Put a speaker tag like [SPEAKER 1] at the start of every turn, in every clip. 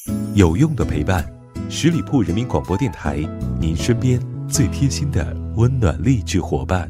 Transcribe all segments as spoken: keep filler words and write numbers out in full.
[SPEAKER 1] 有用的陪伴，十里铺人民广播电台，您身边最贴心的温暖励志伙伴。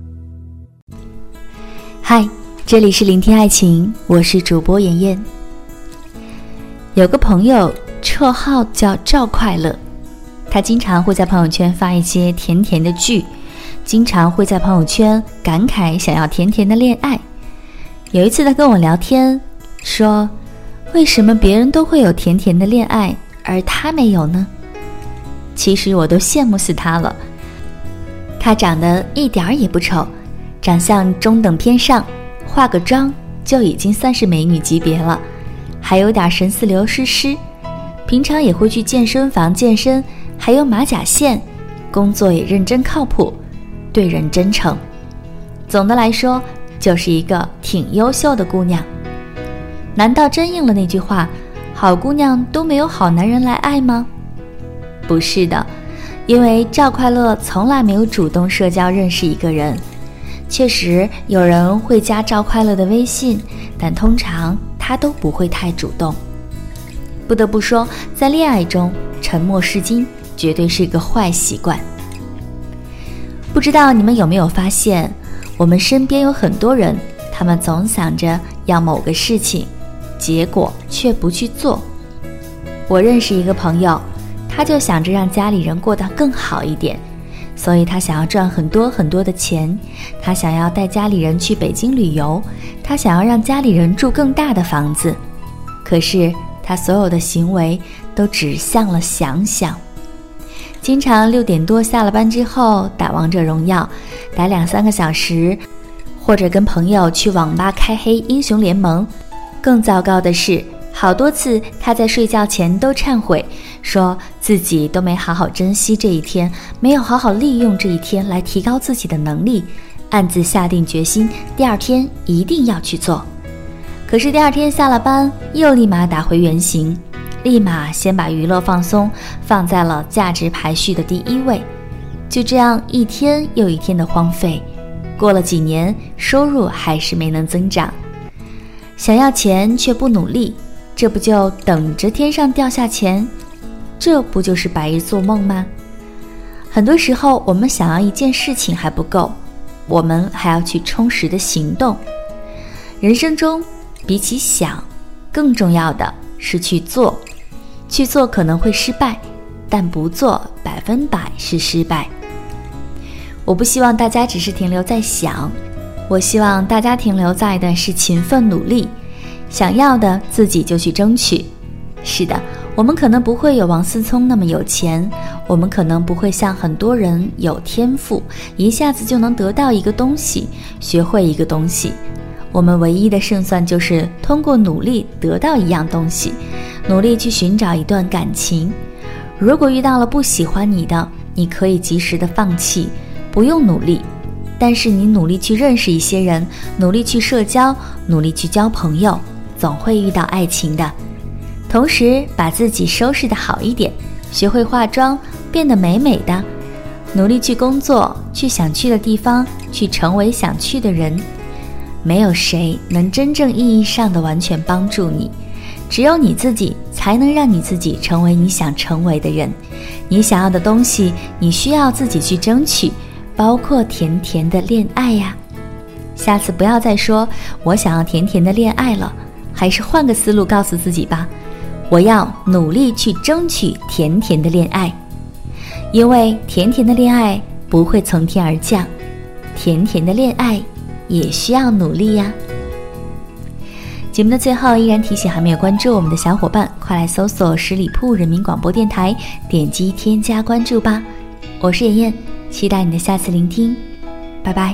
[SPEAKER 2] 嗨，这里是聆听爱情，我是主播妍妍。有个朋友绰号叫赵快乐，他经常会在朋友圈发一些甜甜的剧，经常会在朋友圈感慨想要甜甜的恋爱。有一次他跟我聊天说，为什么别人都会有甜甜的恋爱而他没有呢？其实我都羡慕死他了。他长得一点儿也不丑，长相中等偏上，化个妆就已经算是美女级别了，还有点神似刘诗诗，平常也会去健身房健身，还有马甲线，工作也认真靠谱，对人真诚。总的来说，就是一个挺优秀的姑娘。难道真应了那句话，好姑娘都没有好男人来爱吗？不是的，因为赵快乐从来没有主动社交认识一个人。确实有人会加赵快乐的微信，但通常他都不会太主动。不得不说，在恋爱中沉默是金绝对是一个坏习惯。不知道你们有没有发现，我们身边有很多人，他们总想着要某个事情，结果却不去做。我认识一个朋友，他就想着让家里人过得更好一点，所以他想要赚很多很多的钱，他想要带家里人去北京旅游，他想要让家里人住更大的房子。可是他所有的行为都指向了想想，经常六点多下了班之后打王者荣耀，打两三个小时，或者跟朋友去网吧开黑英雄联盟。更糟糕的是，好多次他在睡觉前都忏悔，说自己都没好好珍惜这一天，没有好好利用这一天来提高自己的能力，暗自下定决心第二天一定要去做。可是第二天下了班又立马打回原形，立马先把娱乐放松放在了价值排序的第一位。就这样一天又一天的荒废，过了几年，收入还是没能增长。想要钱却不努力，这不就等着天上掉下钱？这不就是白日做梦吗？很多时候我们想要一件事情还不够，我们还要去充实的行动。人生中比起想，更重要的是去做。去做可能会失败，但不做百分百是失败。我不希望大家只是停留在想，我希望大家停留在的是勤奋努力，想要的自己就去争取。是的，我们可能不会有王思聪那么有钱，我们可能不会像很多人有天赋，一下子就能得到一个东西，学会一个东西。我们唯一的胜算就是通过努力得到一样东西，努力去寻找一段感情。如果遇到了不喜欢你的，你可以及时的放弃，不用努力。但是你努力去认识一些人，努力去社交，努力去交朋友，总会遇到爱情的。同时把自己收拾得好一点，学会化妆，变得美美的，努力去工作，去想去的地方，去成为想去的人。没有谁能真正意义上的完全帮助你，只有你自己才能让你自己成为你想成为的人。你想要的东西，你需要自己去争取，包括甜甜的恋爱呀。下次不要再说我想要甜甜的恋爱了，还是换个思路告诉自己吧，我要努力去争取甜甜的恋爱。因为甜甜的恋爱不会从天而降，甜甜的恋爱也需要努力呀。节目的最后依然提醒还没有关注我们的小伙伴，快来搜索十里铺人民广播电台，点击添加关注吧。我是妍妍，期待你的下次聆听，拜拜。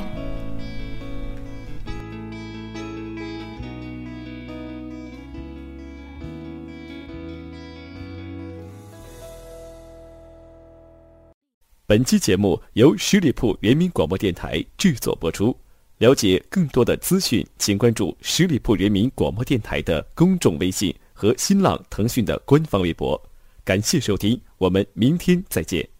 [SPEAKER 1] 本期节目由十里铺人民广播电台制作播出。了解更多的资讯，请关注十里铺人民广播电台的公众微信和新浪、腾讯的官方微博。感谢收听，我们明天再见。